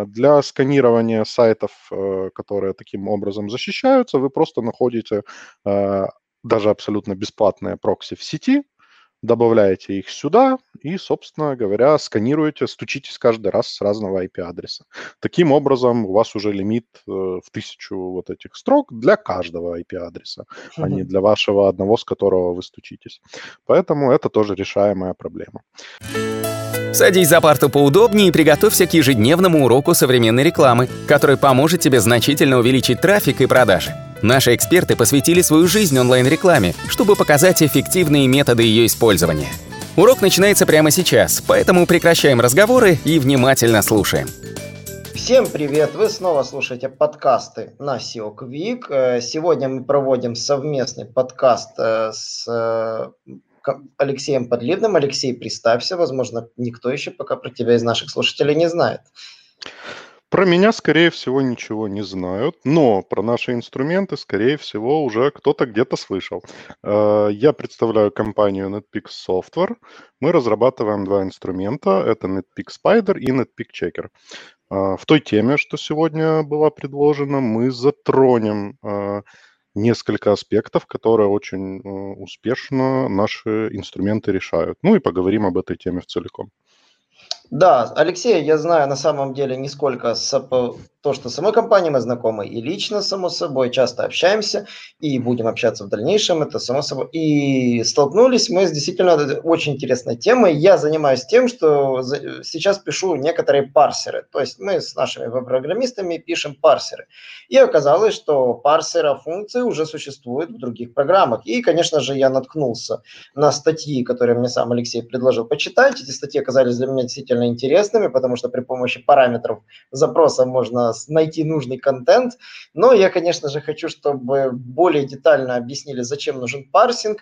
Для сканирования сайтов, которые таким образом защищаются, вы просто находите даже абсолютно бесплатные прокси в сети, добавляете их сюда и, собственно говоря, сканируете, стучитесь каждый раз с разного IP-адреса. Таким образом, у вас уже лимит в 1000 вот этих строк для каждого IP-адреса, а не для вашего одного, с которого вы стучитесь. Поэтому это тоже решаемая проблема. Садись за парту поудобнее и приготовься к ежедневному уроку современной рекламы, который поможет тебе значительно увеличить трафик и продажи. Наши эксперты посвятили свою жизнь онлайн-рекламе, чтобы показать эффективные методы ее использования. Урок начинается прямо сейчас, поэтому прекращаем разговоры и внимательно слушаем. Всем привет! Вы снова слушаете подкасты на SEO Quick. Сегодня мы проводим совместный подкаст с Алексеем Подливным. Алексей, представься, возможно, никто еще пока про тебя из наших слушателей не знает. Про меня, скорее всего, ничего не знают, но про наши инструменты, скорее всего, уже кто-то где-то слышал. Я представляю компанию NetPeak Software. Мы разрабатываем два инструмента. Это NetPeak Spider и NetPeak Checker. В той теме, что сегодня была предложена, мы затронем несколько аспектов, которые очень успешно наши инструменты решают. Ну и поговорим об этой теме целиком. Да, Алексея я знаю на самом деле не сколько то, что с самой компанией мы знакомы, и лично, само собой, часто общаемся, и будем общаться в дальнейшем, это само собой. И столкнулись мы с действительно очень интересной темой. Я занимаюсь тем, что сейчас пишу некоторые парсеры, то есть мы с нашими веб-программистами пишем парсеры. И оказалось, что парсера функции уже существуют в других программах. И, конечно же, я наткнулся на статьи, которые мне сам Алексей предложил почитать. Эти статьи оказались для меня действительно интересными, потому что при помощи параметров запроса можно найти нужный контент. Но я, конечно же, хочу, чтобы более детально объяснили, зачем нужен парсинг.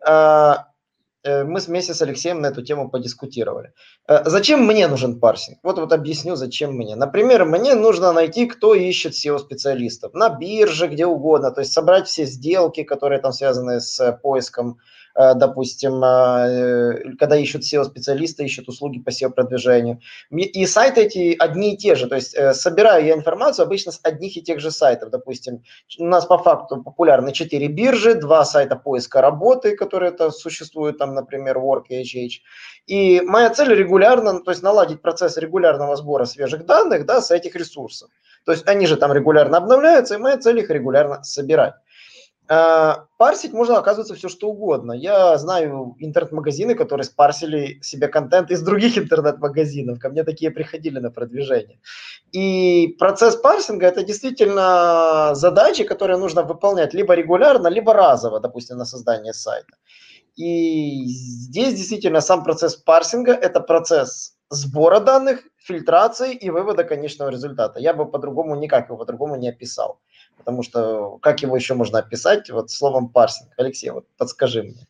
Мы вместе с Алексеем на эту тему подискутировали. Зачем мне нужен парсинг? Вот объясню, зачем мне. Например, мне нужно найти, кто ищет SEO-специалистов на бирже, где угодно, то есть собрать все сделки, которые там связаны с поиском. Допустим, когда ищут SEO-специалисты, ищут услуги по SEO-продвижению. И сайты эти одни и те же, то есть собираю я информацию обычно с одних и тех же сайтов. Допустим, у нас по факту популярны 4 биржи, 2 сайта поиска работы, которые существуют, там, например, Work и HH. И моя цель регулярно, то есть наладить процесс регулярного сбора свежих данных, да, с этих ресурсов. То есть они же там регулярно обновляются, и моя цель их регулярно собирать. Парсить можно, оказывается, все что угодно. Я знаю интернет-магазины, которые спарсили себе контент из других интернет-магазинов. Ко мне такие приходили на продвижение. И процесс парсинга – это действительно задачи, которые нужно выполнять либо регулярно, либо разово, допустим, на создание сайта. И здесь действительно сам процесс парсинга – это процесс сбора данных, фильтрации и вывода конечного результата. Я бы по-другому никак его по-другому не описал. Потому что как его еще можно описать вот словом парсинг? Алексей, вот подскажи мне.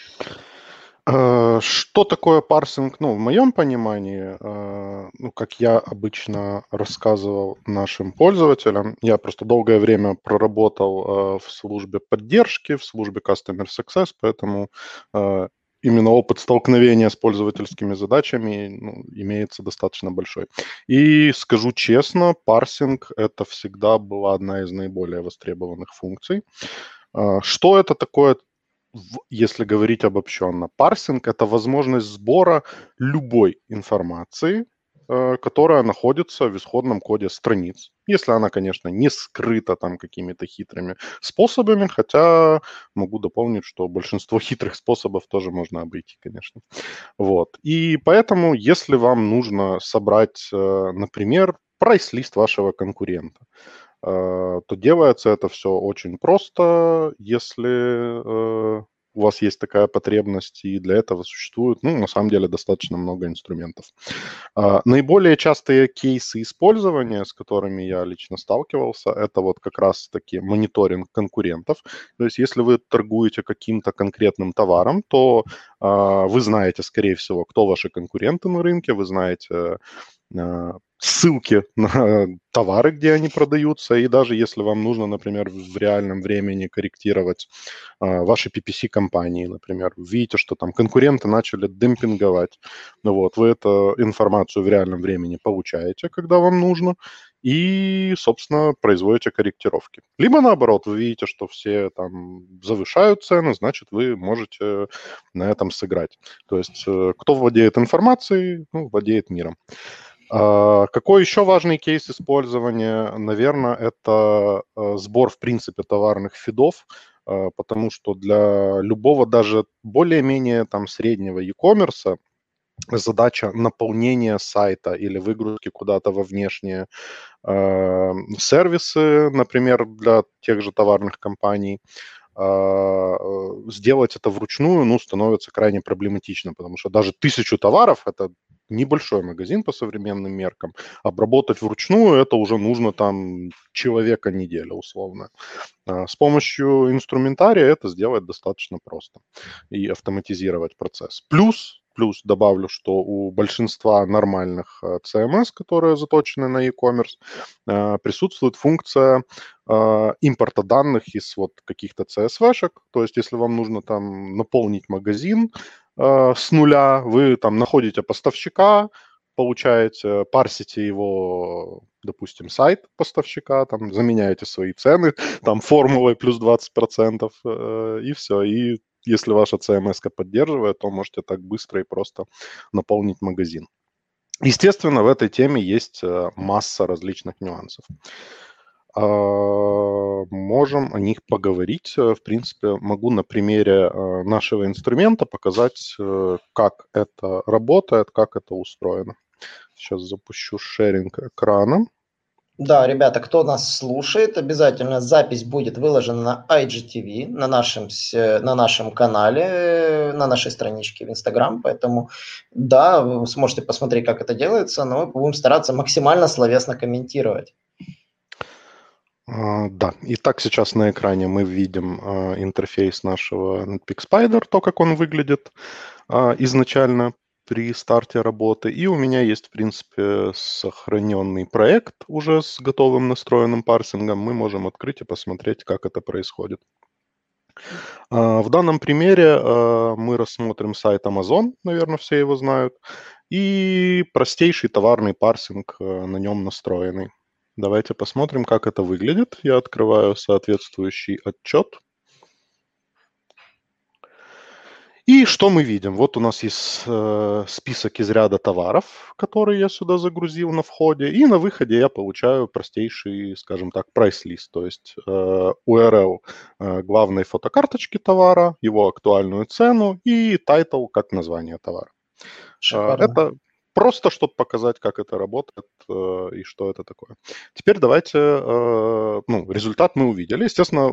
Что такое парсинг? Ну, в моем понимании, как я обычно рассказывал нашим пользователям, я просто долгое время проработал в службе поддержки, в службе Customer Success, поэтому именно опыт столкновения с пользовательскими задачами имеется достаточно большой. И скажу честно, парсинг – это всегда была одна из наиболее востребованных функций. Что это такое, если говорить обобщенно? Парсинг – это возможность сбора любой информации, которая находится в исходном коде страниц. Если она, конечно, не скрыта там какими-то хитрыми способами, хотя могу дополнить, что большинство хитрых способов тоже можно обойти, конечно. Вот. И поэтому, если вам нужно собрать, например, прайс-лист вашего конкурента, то делается это все очень просто, если у вас есть такая потребность, и для этого существует, на самом деле, достаточно много инструментов. Наиболее частые кейсы использования, с которыми я лично сталкивался, это вот как раз-таки мониторинг конкурентов. То есть если вы торгуете каким-то конкретным товаром, то вы знаете, скорее всего, кто ваши конкуренты на рынке, вы знаете ссылки на товары, где они продаются, и даже если вам нужно, например, в реальном времени корректировать ваши PPC-компании, например, видите, что там конкуренты начали демпинговать, ну вот, вы эту информацию в реальном времени получаете, когда вам нужно, и, собственно, производите корректировки. Либо наоборот, вы видите, что все там завышают цены, значит, вы можете на этом сыграть. То есть кто владеет информацией, ну, владеет миром. Какой еще важный кейс использования? Наверное, это сбор, в принципе, товарных фидов, потому что для любого даже более-менее там среднего e-commerce задача наполнения сайта или выгрузки куда-то во внешние сервисы, например, для тех же товарных компаний, сделать это вручную, ну, становится крайне проблематично, потому что даже 1000 товаров – это небольшой магазин по современным меркам. Обработать вручную – это уже нужно там человека неделя, условно. С помощью инструментария это сделать достаточно просто и автоматизировать процесс. Плюс добавлю, что у большинства нормальных CMS, которые заточены на e-commerce, присутствует функция импорта данных из вот каких-то CSV-шек. То есть если вам нужно там наполнить магазин с нуля, вы там находите поставщика, получаете, парсите его, допустим, сайт поставщика, там заменяете свои цены, там формулой плюс 20%, и все. И если ваша CMS поддерживает, то можете так быстро и просто наполнить магазин. Естественно, в этой теме есть масса различных нюансов. Можем о них поговорить. В принципе, могу на примере нашего инструмента показать, как это работает, как это устроено. Сейчас запущу шеринг экрана. Да, ребята, кто нас слушает, обязательно запись будет выложена на IGTV, на нашем канале, на нашей страничке в Instagram, поэтому да, вы сможете посмотреть, как это делается, но мы будем стараться максимально словесно комментировать. Да, итак, сейчас на экране мы видим интерфейс нашего Netpeak Spider, то, как он выглядит изначально при старте работы. И у меня есть, в принципе, сохраненный проект уже с готовым настроенным парсингом. Мы можем открыть и посмотреть, как это происходит. В данном примере мы рассмотрим сайт Amazon, наверное, все его знают, и простейший товарный парсинг на нем настроенный. Давайте посмотрим, как это выглядит. Я открываю соответствующий отчет. И что мы видим? Вот у нас есть список из ряда товаров, которые я сюда загрузил на входе, и на выходе я получаю простейший, скажем так, прайс-лист, то есть URL главной фотокарточки товара, его актуальную цену и тайтл как название товара. Шикарно. Это просто, чтобы показать, как это работает и что это такое. Теперь давайте, результат мы увидели. Естественно,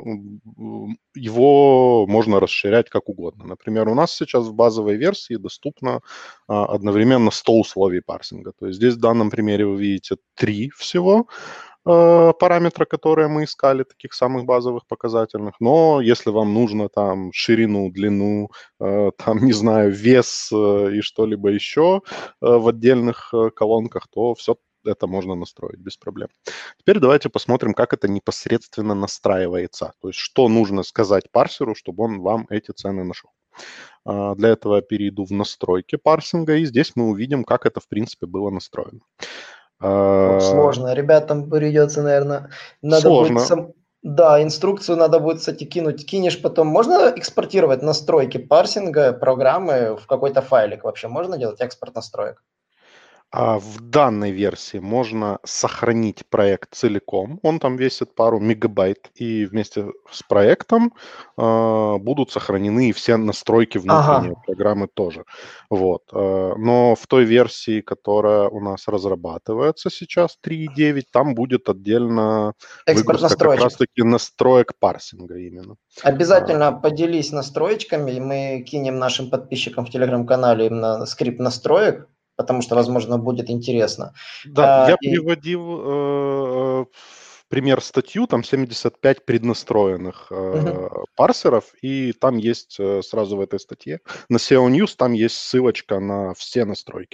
его можно расширять как угодно. Например, у нас сейчас в базовой версии доступно одновременно 100 условий парсинга. То есть здесь в данном примере вы видите 3 всего параметра, которые мы искали, таких самых базовых показательных. Но если вам нужно там ширину, длину, там, не знаю, вес и что-либо еще в отдельных колонках, то все это можно настроить без проблем. Теперь давайте посмотрим, как это непосредственно настраивается. То есть что нужно сказать парсеру, чтобы он вам эти цены нашел. Для этого я перейду в настройки парсинга, и здесь мы увидим, как это, в принципе, было настроено. Сложно. Ребятам придется, наверное, надо Сложно. будет... Да, инструкцию надо будет, кстати, кинуть. Кинешь потом. Можно экспортировать настройки парсинга программы в какой-то файлик? Вообще можно делать экспорт настроек? В данной версии можно сохранить проект целиком. Он там весит пару мегабайт, и вместе с проектом будут сохранены и все настройки внутренней программы тоже. Вот. Но в той версии, которая у нас разрабатывается сейчас, 3.9, там будет отдельно Экспорт выгрузка как раз-таки настроек парсинга именно. Обязательно поделись настроечками, мы кинем нашим подписчикам в Телеграм-канале именно скрипт настроек, потому что, возможно, будет интересно. Да, я приводил в пример статью, там 75 преднастроенных парсеров, и там есть сразу в этой статье, на SEO News, там есть ссылочка на все настройки.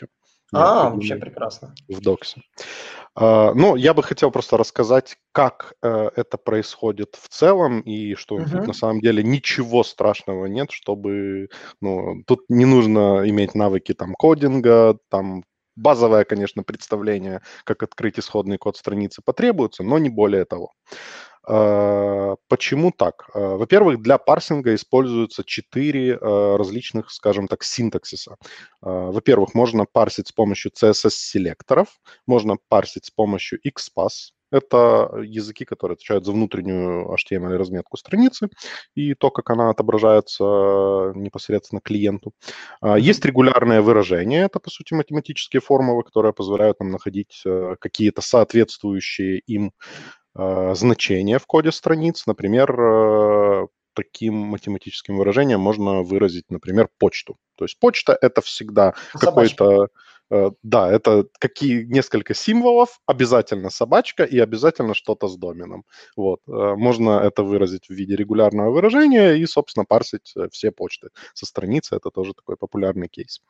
Вообще необходимый прекрасно. в доксе. Ну, я бы хотел просто рассказать, как это происходит в целом, и что тут на самом деле ничего страшного нет, чтобы, ну, тут не нужно иметь навыки там кодинга, там базовое, конечно, представление, как открыть исходный код страницы потребуется, но не более того. Почему так? Во-первых, для парсинга используются 4 различных, скажем так, синтаксиса. Во-первых, можно парсить с помощью CSS-селекторов, можно парсить с помощью XPath. Это языки, которые отвечают за внутреннюю HTML-разметку страницы и то, как она отображается непосредственно клиенту. Есть регулярное выражение, это, по сути, математические формулы, которые позволяют нам находить какие-то соответствующие им значения в коде страниц. Например, таким математическим выражением можно выразить, например, почту. То есть почта — это всегда какой-то... Да, это несколько символов, обязательно собачка и обязательно что-то с доменом. Вот. Можно это выразить в виде регулярного выражения и, собственно, парсить все почты со страницы. Это тоже такой популярный кейс.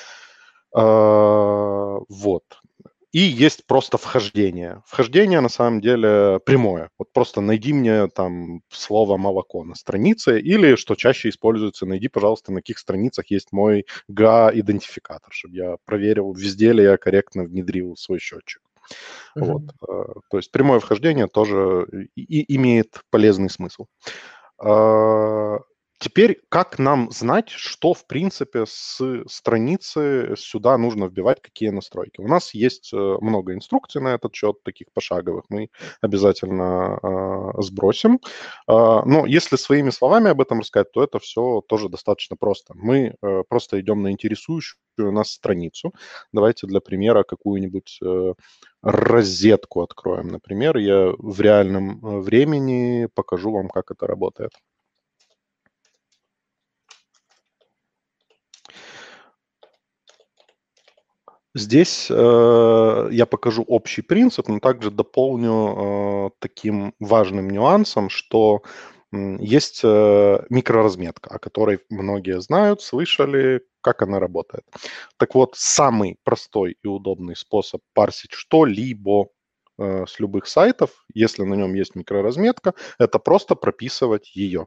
Вот. И есть просто вхождение. Вхождение на самом деле прямое. Вот просто найди мне там слово «молоко» на странице, или, что чаще используется, найди, пожалуйста, на каких страницах есть мой GA-идентификатор, чтобы я проверил, везде ли я корректно внедрил свой счетчик. Вот. То есть прямое вхождение тоже и имеет полезный смысл. Теперь, как нам знать, что, в принципе, с страницы сюда нужно вбивать, какие настройки? У нас есть много инструкций на этот счет, таких пошаговых, мы обязательно сбросим. Но если своими словами об этом рассказать, то это все тоже достаточно просто. Мы просто идем на интересующую нас страницу. Давайте для примера какую-нибудь розетку откроем. Например, я в реальном времени покажу вам, как это работает. Здесь я покажу общий принцип, но также дополню таким важным нюансом, что есть микроразметка, о которой многие знают, слышали, как она работает. Так вот, самый простой и удобный способ парсить что-либо с любых сайтов, если на нем есть микроразметка, это просто прописывать ее.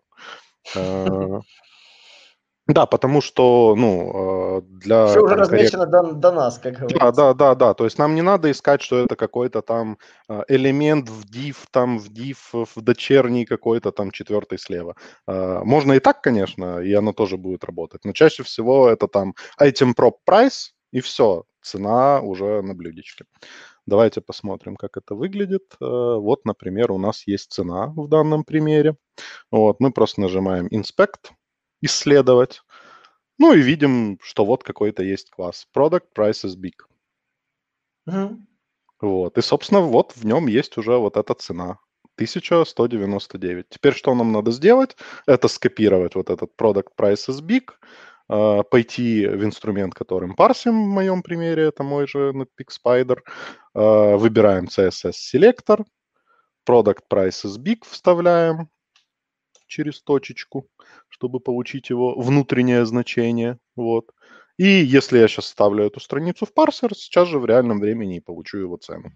Да, потому что, ну, для Все уже там размечено до нас, как говорится. Да. То есть нам не надо искать, что это какой-то там элемент в div в дочерний какой-то там 4 слева. Можно и так, конечно, и оно тоже будет работать, но чаще всего это там item prop price, и все, цена уже на блюдечке. Давайте посмотрим, как это выглядит. Вот, например, у нас есть цена в данном примере. Вот, мы просто нажимаем inspect, исследовать. Ну и видим, что вот какой-то есть класс. Product price is big. Вот. И, собственно, вот в нем есть уже вот эта цена. 1199. Теперь что нам надо сделать? Это скопировать вот этот product price is big, пойти в инструмент, которым парсим, в моем примере, это мой же Netpeak Spider, выбираем CSS-селектор, product price is big вставляем через точечку, чтобы получить его внутреннее значение. Вот. И если я сейчас ставлю эту страницу в парсер, сейчас же в реальном времени и получу его цену.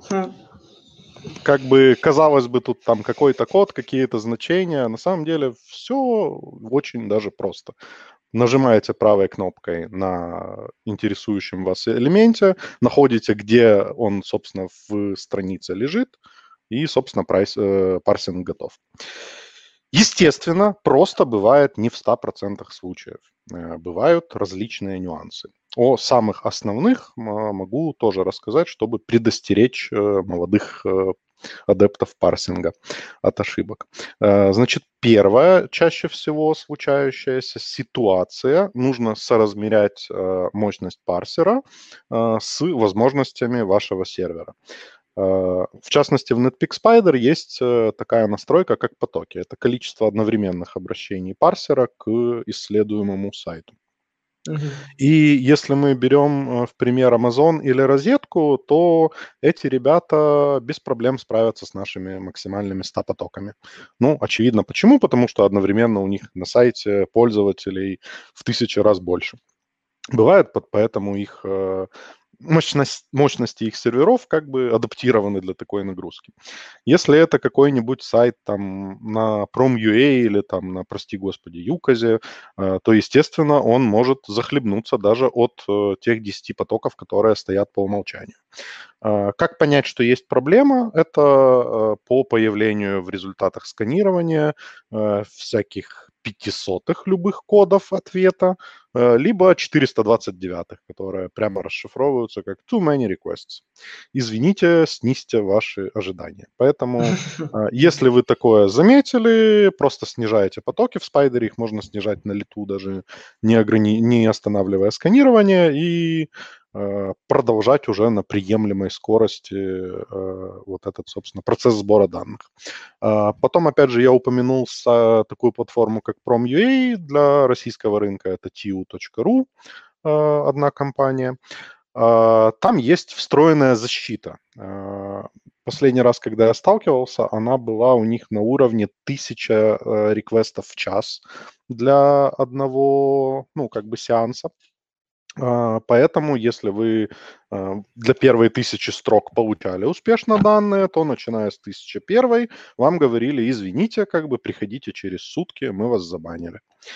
Как бы, казалось бы, тут там какой-то код, какие-то значения. На самом деле все очень даже просто. Нажимаете правой кнопкой на интересующем вас элементе, находите, где он, собственно, в странице лежит, и, собственно, парсинг готов. Естественно, просто бывает не в 100% случаев. Бывают различные нюансы. О самых основных могу тоже рассказать, чтобы предостеречь молодых адептов парсинга от ошибок. Значит, первая чаще всего случающаяся ситуация. Нужно соразмерять мощность парсера с возможностями вашего сервера. В частности, в Netpeak Spider есть такая настройка, как потоки. Это количество одновременных обращений парсера к исследуемому сайту. И если мы берем в пример Amazon или розетку, то эти ребята без проблем справятся с нашими максимальными 100 потоками. Ну, очевидно, почему? Потому что одновременно у них на сайте пользователей в 1000 раз больше. Бывает, поэтому их мощности их серверов как бы адаптированы для такой нагрузки. Если это какой-нибудь сайт там на Prom.ua или там на, прости господи, Юказе, то, естественно, он может захлебнуться даже от тех 10 потоков, которые стоят по умолчанию. Как понять, что есть проблема? Это по появлению в результатах сканирования всяких 500-х любых кодов ответа, либо 429-х, которые прямо расшифровываются как too many requests. Извините, снизьте ваши ожидания. Поэтому, если вы такое заметили, просто снижаете потоки в спайдере, их можно снижать на лету, даже не останавливая сканирование, и продолжать уже на приемлемой скорости вот этот, собственно, процесс сбора данных. Потом, опять же, я упомянул такую платформу, как Prom.ua для российского рынка. Это tiu.ru, одна компания. Там есть встроенная защита. Последний раз, когда я сталкивался, она была у них на уровне 1000 реквестов в час для одного, сеанса. Поэтому, если вы для первой 1000 строк получали успешно данные, то, начиная с 1001, вам говорили: извините, приходите через сутки, мы вас забанили.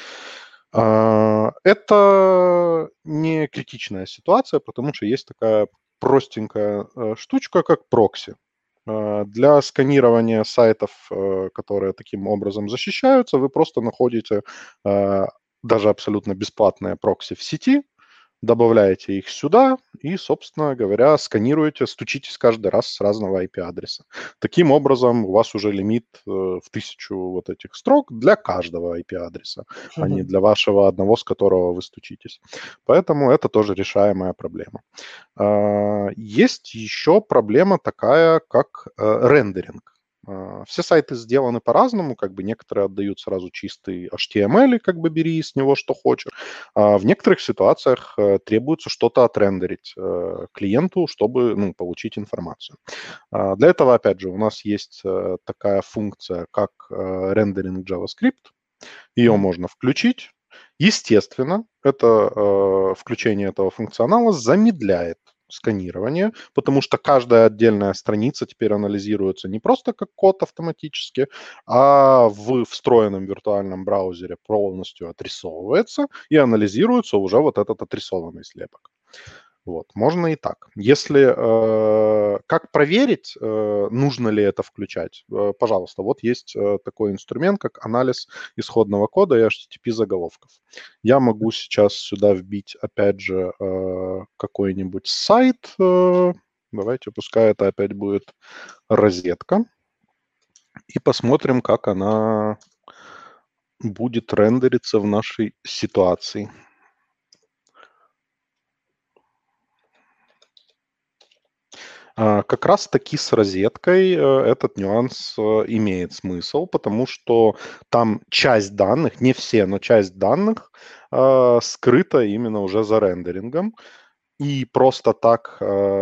Это не критичная ситуация, потому что есть такая простенькая штучка, как прокси. Для сканирования сайтов, которые таким образом защищаются, вы просто находите даже абсолютно бесплатные прокси в сети, добавляете их сюда и, собственно говоря, сканируете, стучитесь каждый раз с разного IP-адреса. Таким образом, у вас уже лимит в 1000 вот этих строк для каждого IP-адреса, а не для вашего одного, с которого вы стучитесь. Поэтому это тоже решаемая проблема. Есть еще проблема такая, как рендеринг. Все сайты сделаны по-разному, некоторые отдают сразу чистый HTML, и бери с него что хочешь. А в некоторых ситуациях требуется что-то отрендерить клиенту, чтобы получить информацию. Для этого, опять же, у нас есть такая функция, как рендеринг JavaScript. Ее можно включить. Естественно, включение этого функционала замедляет сканирование, потому что каждая отдельная страница теперь анализируется не просто как код автоматически, а в встроенном виртуальном браузере полностью отрисовывается и анализируется уже вот этот отрисованный слепок. Вот, можно и так. Как проверить, нужно ли это включать? Пожалуйста, вот есть такой инструмент, как анализ исходного кода и HTTP заголовков. Я могу сейчас сюда вбить, опять же, какой-нибудь сайт. Давайте, пускай это опять будет розетка. И посмотрим, как она будет рендериться в нашей ситуации. Как раз таки с розеткой этот нюанс имеет смысл, потому что там часть данных, не все, но часть данных скрыта именно уже за рендерингом. И просто так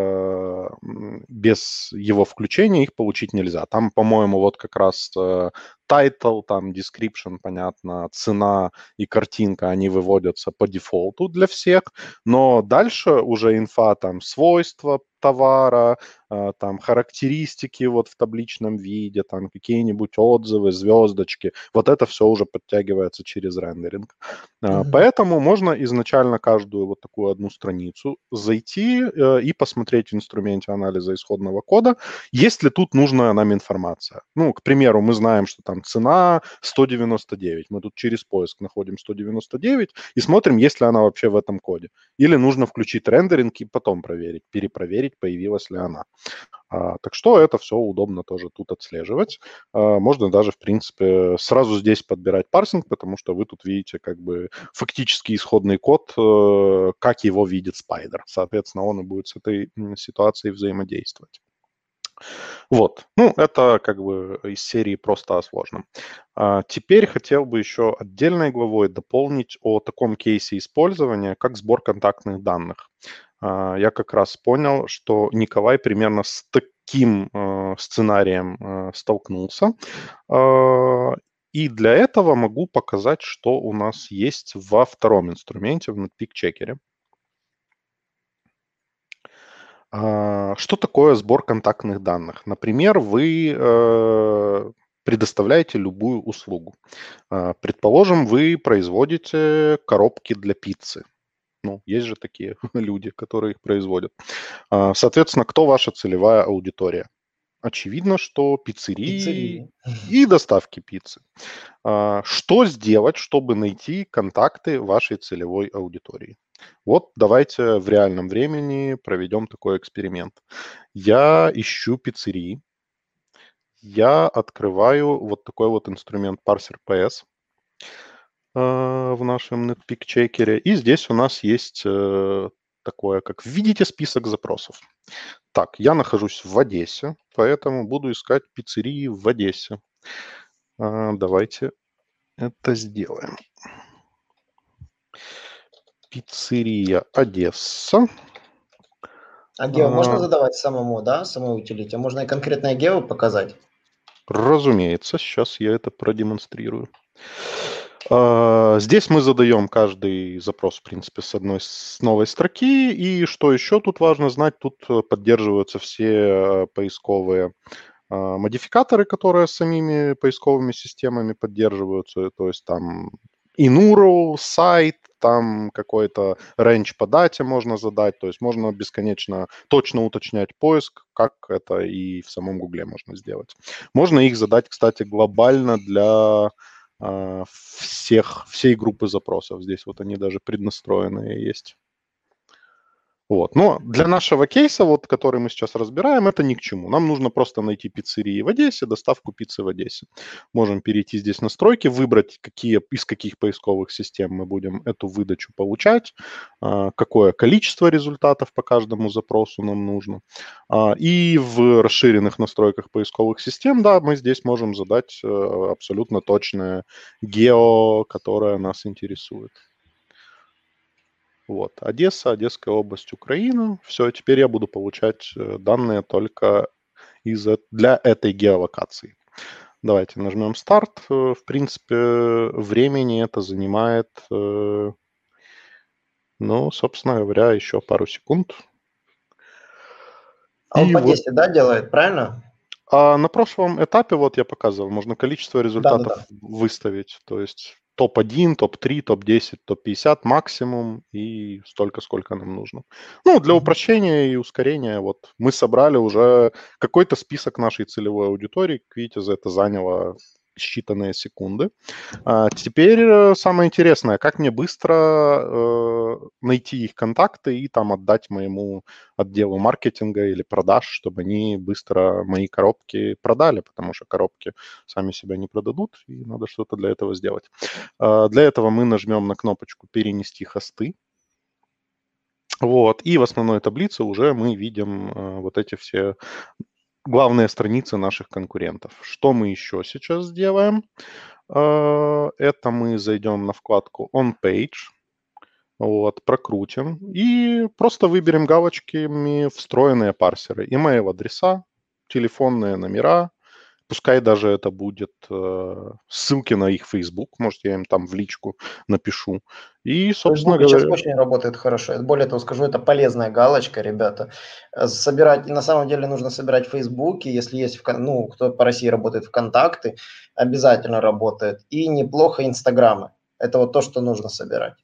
без его включения их получить нельзя. Там, по-моему, вот как раз title, там description, понятно, цена и картинка, они выводятся по дефолту для всех, но дальше уже инфа, там, свойства товара, там, характеристики вот в табличном виде, там, какие-нибудь отзывы, звездочки, вот это все уже подтягивается через рендеринг. Поэтому можно изначально каждую вот такую одну страницу зайти и посмотреть в инструменте анализа исходного кода, есть ли тут нужная нам информация. К примеру, мы знаем, что там цена 199. Мы тут через поиск находим 199 и смотрим, есть ли она вообще в этом коде. Или нужно включить рендеринг и потом проверить, перепроверить, появилась ли она. Так что это все удобно тоже тут отслеживать. Можно даже, в принципе, сразу здесь подбирать парсинг, потому что вы тут видите фактически исходный код, как его видит Spider. Соответственно, он и будет с этой ситуацией взаимодействовать. Вот. Это из серии просто о сложном. Теперь хотел бы еще отдельной главой дополнить о таком кейсе использования, как сбор контактных данных. Я как раз понял, что Николай примерно с таким сценарием столкнулся. И для этого могу показать, что у нас есть во втором инструменте, в NetPeak-чекере. Что такое сбор контактных данных? Например, вы предоставляете любую услугу. Предположим, вы производите коробки для пиццы. Ну, есть же такие люди, которые их производят. Соответственно, кто ваша целевая аудитория? Очевидно, что пиццерии Пиццерии. и доставки пиццы. Что сделать, чтобы найти контакты вашей целевой аудитории? Вот давайте в реальном времени проведем такой эксперимент. Я ищу пиццерии, я открываю вот такой вот инструмент Parser PS в нашем NetPeak-чекере, и здесь у нас есть такое, как «Введите список запросов». Так, я нахожусь в Одессе, поэтому буду искать пиццерии в Одессе. Давайте это сделаем. Пиццерия Одесса. А гео можно задавать самому, да, самой утилите? Можно и конкретное гео показать? Разумеется, сейчас я это продемонстрирую. Здесь мы задаем каждый запрос, в принципе, с новой строки. И что еще тут важно знать, тут поддерживаются все поисковые модификаторы, которые самими поисковыми системами поддерживаются. То есть там инуру, сайт, там какой-то range по дате можно задать. То есть можно бесконечно точно уточнять поиск, как это и в самом Гугле можно сделать. Можно их задать, кстати, глобально для всей группы запросов. Здесь вот они даже преднастроенные есть. Вот. Но для нашего кейса, вот, который мы сейчас разбираем, это ни к чему. Нам нужно просто найти пиццерии в Одессе, доставку пиццы в Одессе. Можем перейти здесь в настройки, выбрать, из каких поисковых систем мы будем эту выдачу получать, какое количество результатов по каждому запросу нам нужно. И в расширенных настройках поисковых систем, да, мы здесь можем задать абсолютно точное гео, которое нас интересует. Вот, Одесса, Одесская область, Украина. Все, теперь я буду получать данные только для этой геолокации. Давайте нажмем старт. В принципе, времени это занимает, ну, собственно говоря, еще пару секунд. А он И по вот 10, да, делает, правильно? на прошлом этапе, вот я показывал, можно количество результатов Да. выставить. То есть топ-1, топ-3, топ-10, топ-50 максимум и столько, сколько нам нужно. Ну, для упрощения и ускорения вот мы собрали уже какой-то список нашей целевой аудитории. Как видите, за это заняло считанные секунды. Теперь самое интересное, как мне быстро найти их контакты и там отдать моему отделу маркетинга или продаж, чтобы они быстро мои коробки продали, потому что коробки сами себя не продадут, и надо что-то для этого сделать. Для этого мы нажмем на кнопочку «Перенести хосты». Вот, и в основной таблице уже мы видим вот эти все главные страницы наших конкурентов. Что мы еще сейчас сделаем? Это мы зайдем на вкладку On Page, вот, прокрутим и просто выберем галочками встроенные парсеры, email-адреса, телефонные номера, пускай даже это будет ссылки на их Facebook, может, я им там в личку напишу. И, собственно Facebook сейчас говоря... очень работает хорошо. Более того, скажу, это полезная галочка, ребята. Собирать, на самом деле нужно собирать в Facebook, если есть, ну, кто по России работает, ВКонтакты, обязательно работает. И неплохо Инстаграмы. Это вот то, что нужно собирать.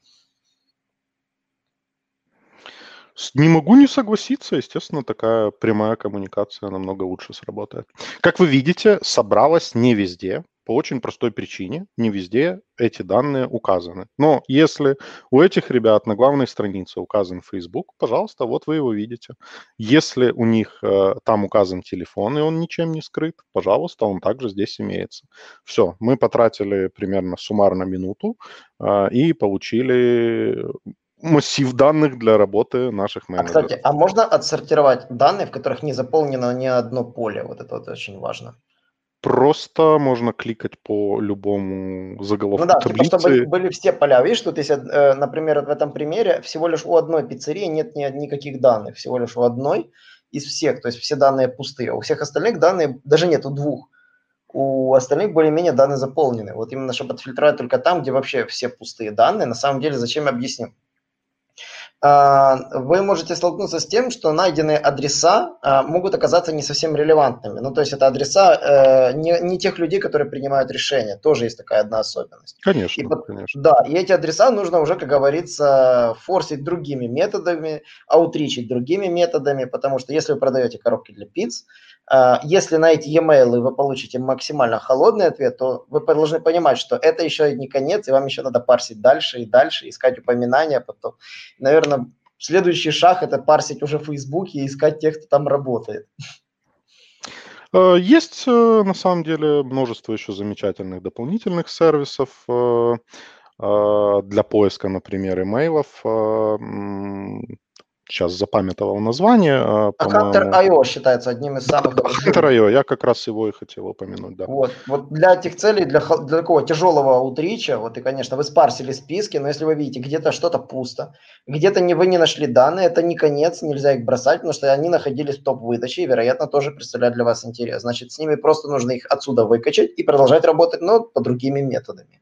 Не могу не согласиться. Естественно, такая прямая коммуникация намного лучше сработает. Как вы видите, собралось не везде. По очень простой причине. Не везде эти данные указаны. Но если у этих ребят на главной странице указан Facebook, пожалуйста, вот вы его видите. Если у них там указан телефон, и он ничем не скрыт, пожалуйста, он также здесь имеется. Все, мы потратили примерно суммарно минуту и получили массив данных для работы наших менеджеров. Кстати, а можно отсортировать данные, в которых не заполнено ни одно поле? Вот это вот очень важно. Просто можно кликать по любому заголовку Ну да, типа, чтобы таблицы. были все поля. Видишь, тут есть, например, в этом примере всего лишь у одной пиццерии нет никаких данных, всего лишь у одной из всех, то есть все данные пустые. У всех остальных данные, даже нет, у двух. У остальных более-менее данные заполнены. Вот именно, чтобы отфильтровать только там, где вообще все пустые данные. На самом деле, зачем, объясню. вы можете столкнуться с тем, что найденные адреса могут оказаться не совсем релевантными. Ну, то есть это адреса не тех людей, которые принимают решения. Тоже есть такая одна особенность. Конечно, конечно. Да, и эти адреса нужно уже, как говорится, форсить другими методами, аутричить другими методами, потому что если вы продаете коробки для пиц, если на эти e-mail вы получите максимально холодный ответ, то вы должны понимать, что это еще не конец, и вам еще надо парсить дальше и дальше, искать упоминания потом. Наверное, следующий шаг – это парсить уже в Фейсбуке и искать тех, кто там работает. Есть, на самом деле, множество еще замечательных дополнительных сервисов для поиска, например, имейлов. Сейчас запамятовал название, по-моему. Hunter.io считается одним из самых... Hunter.io, я как раз его и хотел упомянуть, да. Вот для этих целей, для такого тяжелого аутрича, вот и, конечно, вы спарсили списки, но если вы видите, где-то что-то пусто, где-то вы не нашли данные, это не конец, нельзя их бросать, потому что они находились в топ-выдаче и, вероятно, тоже представляют для вас интерес. Значит, с ними просто нужно их отсюда выкачать и продолжать работать, но по другими методами.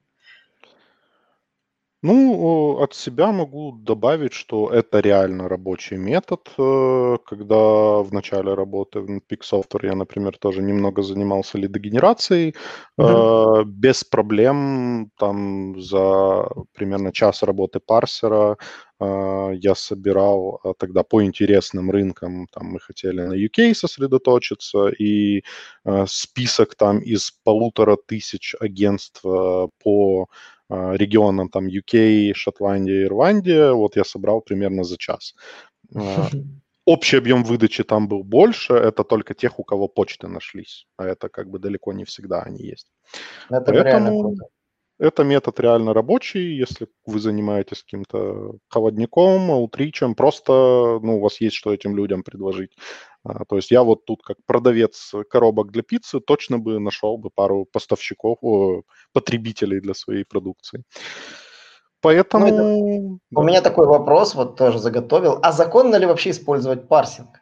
Ну, от себя могу добавить, что это реально рабочий метод. Когда в начале работы в Peak Software я, например, тоже немного занимался лидогенерацией, без проблем там за примерно час работы парсера я собирал тогда по интересным рынкам, там мы хотели на UK сосредоточиться, и список там из 1500 агентств по регионам там UK, Шотландия, Ирландия, вот я собрал примерно за час. Общий объем выдачи там был больше, это только тех, у кого почты нашлись, а это как бы далеко не всегда они есть. Это реально круто. Это метод реально рабочий, если вы занимаетесь каким-то холодником, аутричем, просто, ну, у вас есть что этим людям предложить. То есть я вот тут как продавец коробок для пиццы точно бы нашел бы пару поставщиков, потребителей для своей продукции. Поэтому... У меня такой вопрос, вот тоже заготовил. А законно ли вообще использовать парсинг?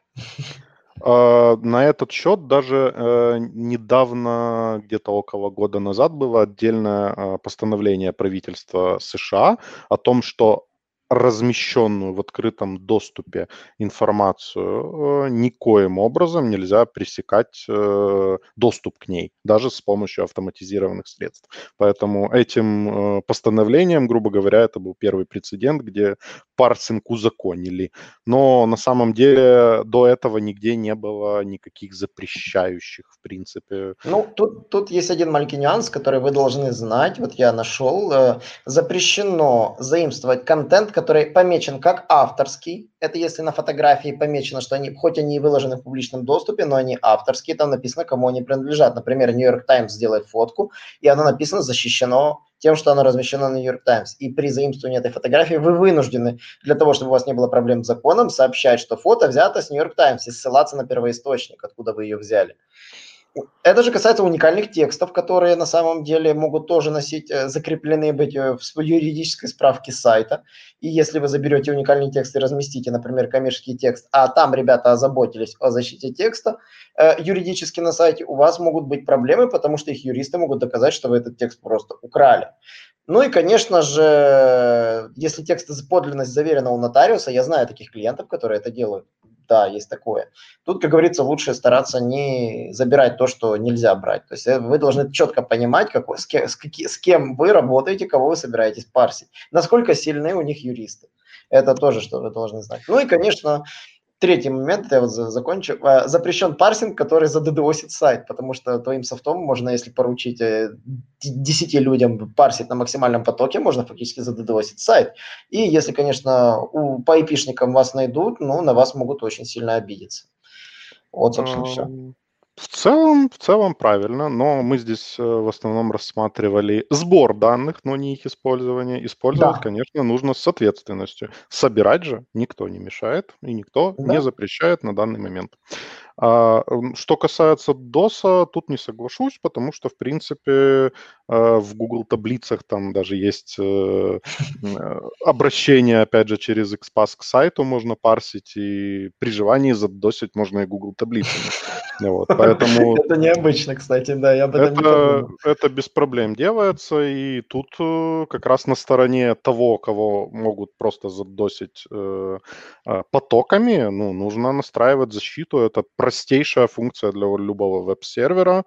На этот счет даже недавно, где-то около года назад, было отдельное постановление правительства США о том, что размещенную в открытом доступе информацию никоим образом нельзя пресекать доступ к ней, даже с помощью автоматизированных средств. Поэтому этим постановлением, грубо говоря, это был первый прецедент, где парсинг узаконили. Но на самом деле до этого нигде не было никаких запрещающих, в принципе. Ну, тут есть один маленький нюанс, который вы должны знать. Вот я нашел. Запрещено заимствовать контент, который помечен как авторский. Это если на фотографии помечено, что они, хоть они и выложены в публичном доступе, но они авторские, там написано, кому они принадлежат. Например, New York Times сделает фотку, и оно написано «защищено тем, что оно размещено на New York Times». И при заимствовании этой фотографии вы вынуждены, для того, чтобы у вас не было проблем с законом, сообщать, что фото взято с New York Times и ссылаться на первоисточник, откуда вы ее взяли. Это же касается уникальных текстов, которые на самом деле могут тоже носить, закреплены быть в юридической справке сайта. И если вы заберете уникальный текст и разместите, например, коммерческий текст, а там ребята озаботились о защите текста юридически на сайте, у вас могут быть проблемы, потому что их юристы могут доказать, что вы этот текст просто украли. Ну и, конечно же, если текст подлинность заверена у нотариуса, я знаю таких клиентов, которые это делают. Да, есть такое. Тут, как говорится, лучше стараться не забирать то, что нельзя брать. То есть вы должны четко понимать, с кем вы работаете, кого вы собираетесь парсить. Насколько сильны у них юристы. Это тоже, что вы должны знать. Ну и, конечно, третий момент, я вот закончу. Запрещен парсинг, который заддосит сайт, потому что твоим софтом можно, если поручить 10 людям парсить на максимальном потоке, можно фактически заддосить сайт. И если, конечно, по IP-шникам вас найдут, ну, на вас могут очень сильно обидеться. Вот, собственно, все. В целом правильно, но мы здесь в основном рассматривали сбор данных, но не их использование. Использовать, Да. конечно, нужно с ответственностью. Собирать же никто не мешает и никто не запрещает на данный момент. Что касается DOS, тут не соглашусь, потому что, в принципе, в Google таблицах там даже есть обращение, опять же, через XPath к сайту можно парсить, и при желании задосить можно и Google таблицами. Вот, поэтому Это необычно, кстати, да, я об этом не подумал. это без проблем делается, и тут как раз на стороне того, кого могут просто задосить потоками, ну, нужно настраивать защиту. Это простейшая функция для любого веб-сервера.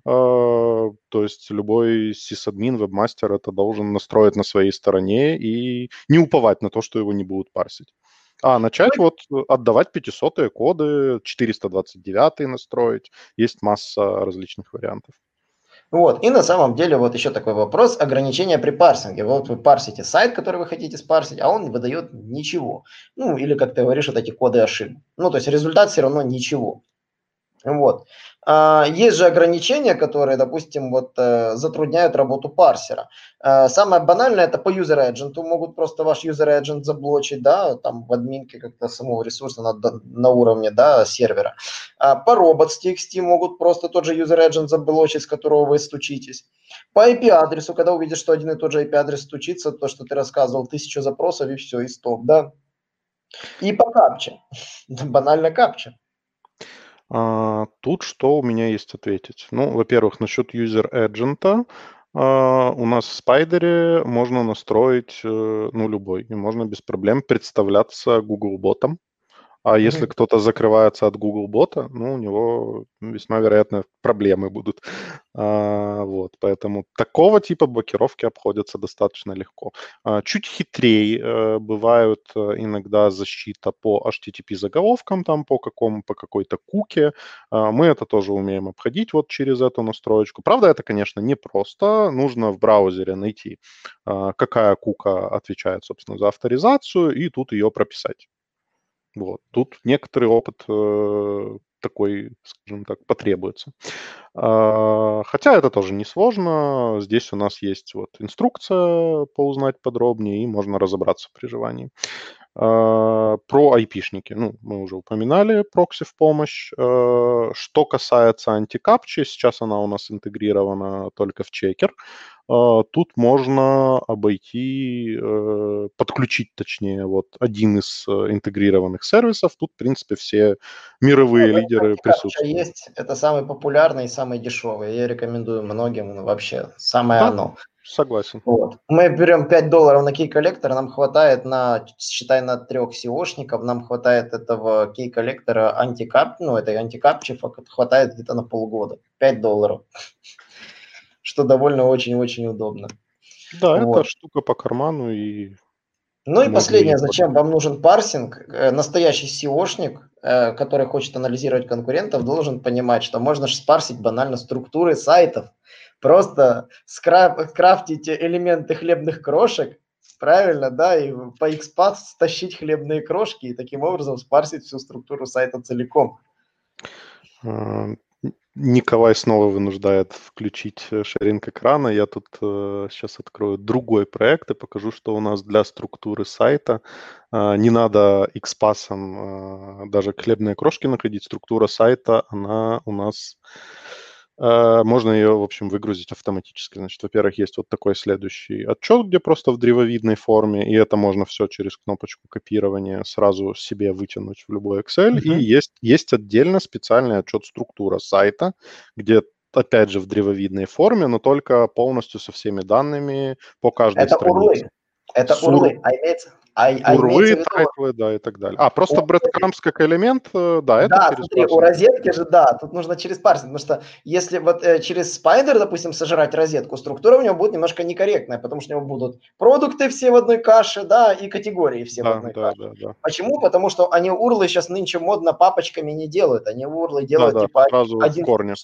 То есть любой сисадмин, вебмастер это должен настроить на своей стороне и не уповать на то, что его не будут парсить. А начать вот отдавать 500-е коды, 429-е настроить. Есть масса различных вариантов. Вот. И на самом деле вот еще такой вопрос ограничения при парсинге. Вот вы парсите сайт, который вы хотите спарсить, а он не выдает ничего. Ну, или, как ты говоришь, вот эти коды ошибок. Ну, то есть результат все равно ничего. Вот. Есть же ограничения, которые, допустим, вот затрудняют работу парсера. Самое банальное – это по user agent. Могут просто ваш user agent заблочить, да, там в админке как-то самого ресурса на уровне, да, сервера. По robots.txt могут просто тот же user agent заблочить, с которого вы стучитесь. По IP-адресу, когда увидишь, что один и тот же IP-адрес стучится, то, что ты рассказывал, 1000 запросов и все, и стоп, да. И по капче. Банально капча. Тут что у меня есть ответить? Ну, во-первых, насчет user agent. У нас в Spider можно настроить, ну, любой, и можно без проблем представляться Google ботом. А если кто-то закрывается от Google бота, ну, у него весьма вероятно проблемы будут. Вот, поэтому такого типа блокировки обходятся достаточно легко. Чуть хитрее бывают иногда защита по HTTP заголовкам, там по какой-то куке. Мы это тоже умеем обходить вот через эту настроечку. Правда, это, конечно, непросто. Нужно в браузере найти, какая кука отвечает, собственно, за авторизацию, и тут ее прописать. Вот. Тут некоторый опыт такой, скажем так, потребуется. Хотя это тоже несложно. Здесь у нас есть вот инструкция поузнать подробнее, и можно разобраться при желании. Про айпишники. Ну, мы уже упоминали прокси в помощь. Что касается антикапчи, сейчас она у нас интегрирована только в чекер. Тут можно обойти, подключить, точнее, вот один из интегрированных сервисов. Тут, в принципе, все мировые лидеры присутствуют. Есть, это самый популярный и самый дешевый. Я рекомендую многим, вообще самое Да, оно. согласен. Вот. Мы берем $5 на кей-коллектор, нам хватает на, считай, на 3 SEOшников, нам хватает этого кей-коллектора антикап, ну, этой антикапчи хватает где-то на полгода. $5. Что довольно очень-очень удобно. Да, Вот. это штука по карману и... Ну и можно последнее, ей зачем вам нужен парсинг? Настоящий SEOшник, который хочет анализировать конкурентов, должен понимать, что можно же спарсить банально структуры сайтов. Просто скрафтить элементы хлебных крошек, правильно, да, и по XPath стащить хлебные крошки и таким образом спарсить всю структуру сайта целиком. Николай снова вынуждает включить шеринг экрана. Я тут сейчас открою другой проект и покажу, что у нас для структуры сайта не надо XPath даже хлебные крошки находить. Структура сайта, она у нас... Можно ее, в общем, выгрузить автоматически. Значит, во-первых, есть вот такой следующий отчет, где просто в древовидной форме, и это можно все через кнопочку копирования сразу себе вытянуть в любой Excel. И есть отдельно специальный отчет структура сайта, где опять же в древовидной форме, но только полностью со всеми данными по каждой странице. Это урлы. Урлы, тайтлы, да, и так далее. Просто breadcrumbs как элемент, да, это да, через смотри, парсинг. у розетки же, да, тут нужно через парсинг, потому что если вот через Spider, допустим, сожрать розетку, структура у него будет немножко некорректная, потому что у него будут продукты все в одной каше, да, и категории все в одной каше. Да. Почему? Потому что они урлы сейчас нынче модно папочками не делают, они урлы делают типа сразу один в корне.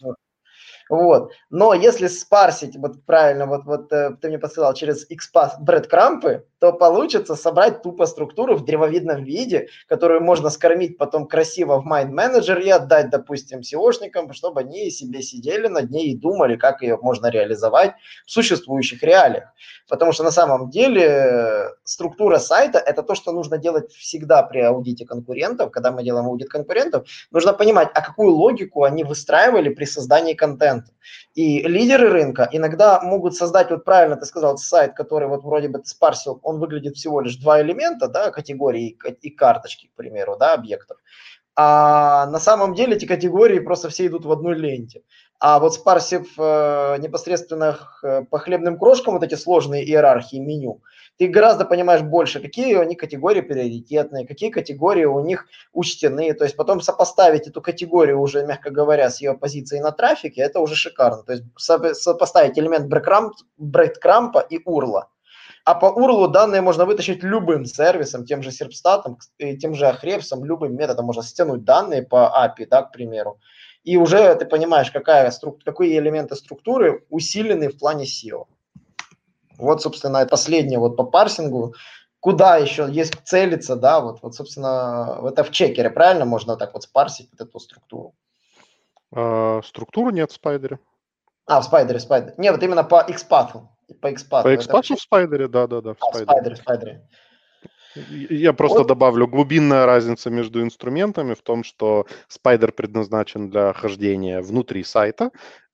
Вот. Но если спарсить, вот правильно, вот ты мне посылал через XPath breadcrumbs, то получится собрать тупо структуру в древовидном виде, которую можно скормить потом красиво в Mind Manager и отдать, допустим, SEOшникам, чтобы они себе сидели над ней и думали, как ее можно реализовать в существующих реалиях. Потому что на самом деле структура сайта – это то, что нужно делать всегда при аудите конкурентов. Когда мы делаем аудит конкурентов, нужно понимать, а какую логику они выстраивали при создании контента. И лидеры рынка иногда могут создать, вот правильно ты сказал, сайт, который вот вроде бы ты спарсил, он выглядит всего лишь два элемента, да, категории и карточки, к примеру, да, объектов. А на самом деле эти категории просто все идут в одной ленте. А вот спарсив непосредственно по хлебным крошкам вот эти сложные иерархии меню, ты гораздо понимаешь больше, какие у них категории приоритетные, какие категории у них учтены. То есть потом сопоставить эту категорию уже, мягко говоря, с ее позицией на трафике, это уже шикарно. То есть сопоставить элемент брейдкрампа и урла. А по URL данные можно вытащить любым сервисом, тем же серпстатом, тем же Ahrefs, любым методом можно стянуть данные по API, да, к примеру. И уже ты понимаешь, какие элементы структуры усилены в плане SEO. Вот, собственно, последнее вот по парсингу. Куда еще есть целиться, да, вот собственно, это в чекере, правильно можно так вот спарсить вот эту структуру? Структуру нет в спайдере. В спайдере. Нет, вот именно по XPath. По XPath в спайдере, да. В спайдере. Я просто добавлю, глубинная разница между инструментами в том, что спайдер предназначен для хождения внутри сайта,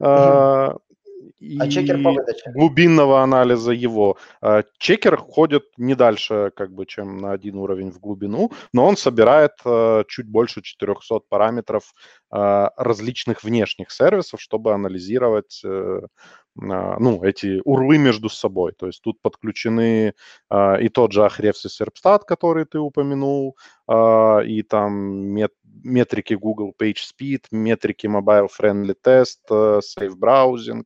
и чекер по выдаче? Глубинного анализа его. Чекер ходит не дальше, чем на один уровень в глубину, но он собирает чуть больше 400 параметров различных внешних сервисов, чтобы анализировать эти урлы между собой. То есть тут подключены и тот же Ahrefs и Serpstat, который ты упомянул, и там метрики Google PageSpeed, метрики Mobile Friendly Test, Safe Browsing,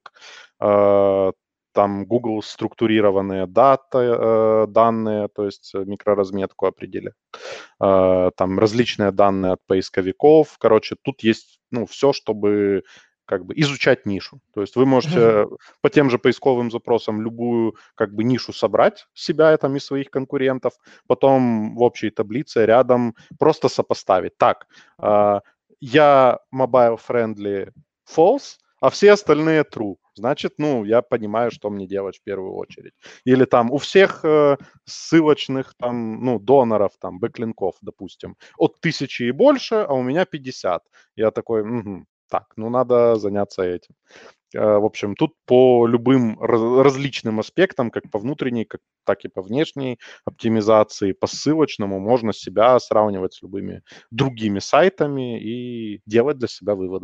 там Google структурированные данные, то есть микроразметку определяют, там различные данные от поисковиков. Короче, тут есть все, чтобы изучать нишу. То есть вы можете по тем же поисковым запросам любую нишу собрать себя там из своих конкурентов, потом в общей таблице рядом просто сопоставить. Так, я mobile-friendly false, а все остальные true. Значит, я понимаю, что мне делать в первую очередь. Или там у всех ссылочных доноров, бэклинков, допустим, от 1000 и больше, а у меня 50. Я такой, надо заняться этим. В общем, тут по любым различным аспектам, как по внутренней, так и по внешней оптимизации, по ссылочному, можно себя сравнивать с любыми другими сайтами и делать для себя выводы.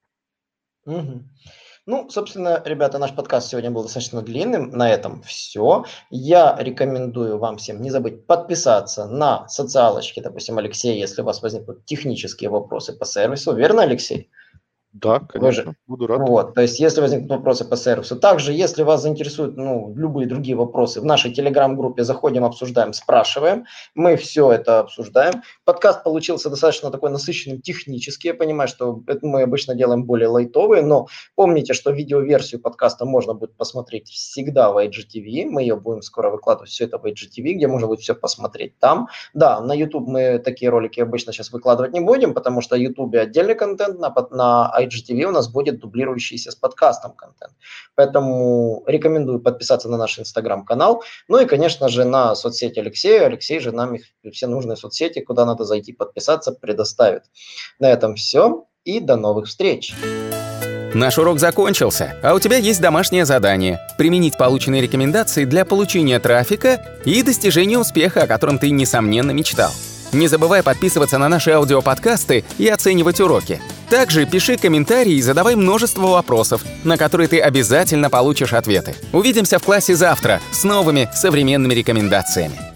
Собственно, ребята, наш подкаст сегодня был достаточно длинным. На этом все. Я рекомендую вам всем не забыть подписаться на социалочки, допустим, Алексея, если у вас возникнут технические вопросы по сервису. Верно, Алексей? Да, конечно, буду рад. То есть, если возникнут вопросы по сервису. Также, если вас заинтересуют любые другие вопросы, в нашей телеграм-группе заходим, обсуждаем, спрашиваем. Мы все это обсуждаем. Подкаст получился достаточно такой насыщенным технически. Я понимаю, что это мы обычно делаем более лайтовые, но помните, что видеоверсию подкаста можно будет посмотреть всегда в IGTV. Мы ее будем скоро выкладывать, все это в IGTV, где можно будет все посмотреть там. Да, на YouTube мы такие ролики обычно сейчас выкладывать не будем, потому что на YouTube отдельный контент, на IGTV у нас будет дублирующийся с подкастом контент. Поэтому рекомендую подписаться на наш Инстаграм-канал. И, конечно же, на соцсети Алексея. Алексей же нам все нужные соцсети, куда надо зайти подписаться, предоставит. На этом все. И до новых встреч. Наш урок закончился, а у тебя есть домашнее задание – применить полученные рекомендации для получения трафика и достижения успеха, о котором ты, несомненно, мечтал. Не забывай подписываться на наши аудиоподкасты и оценивать уроки. Также пиши комментарии и задавай множество вопросов, на которые ты обязательно получишь ответы. Увидимся в классе завтра с новыми современными рекомендациями.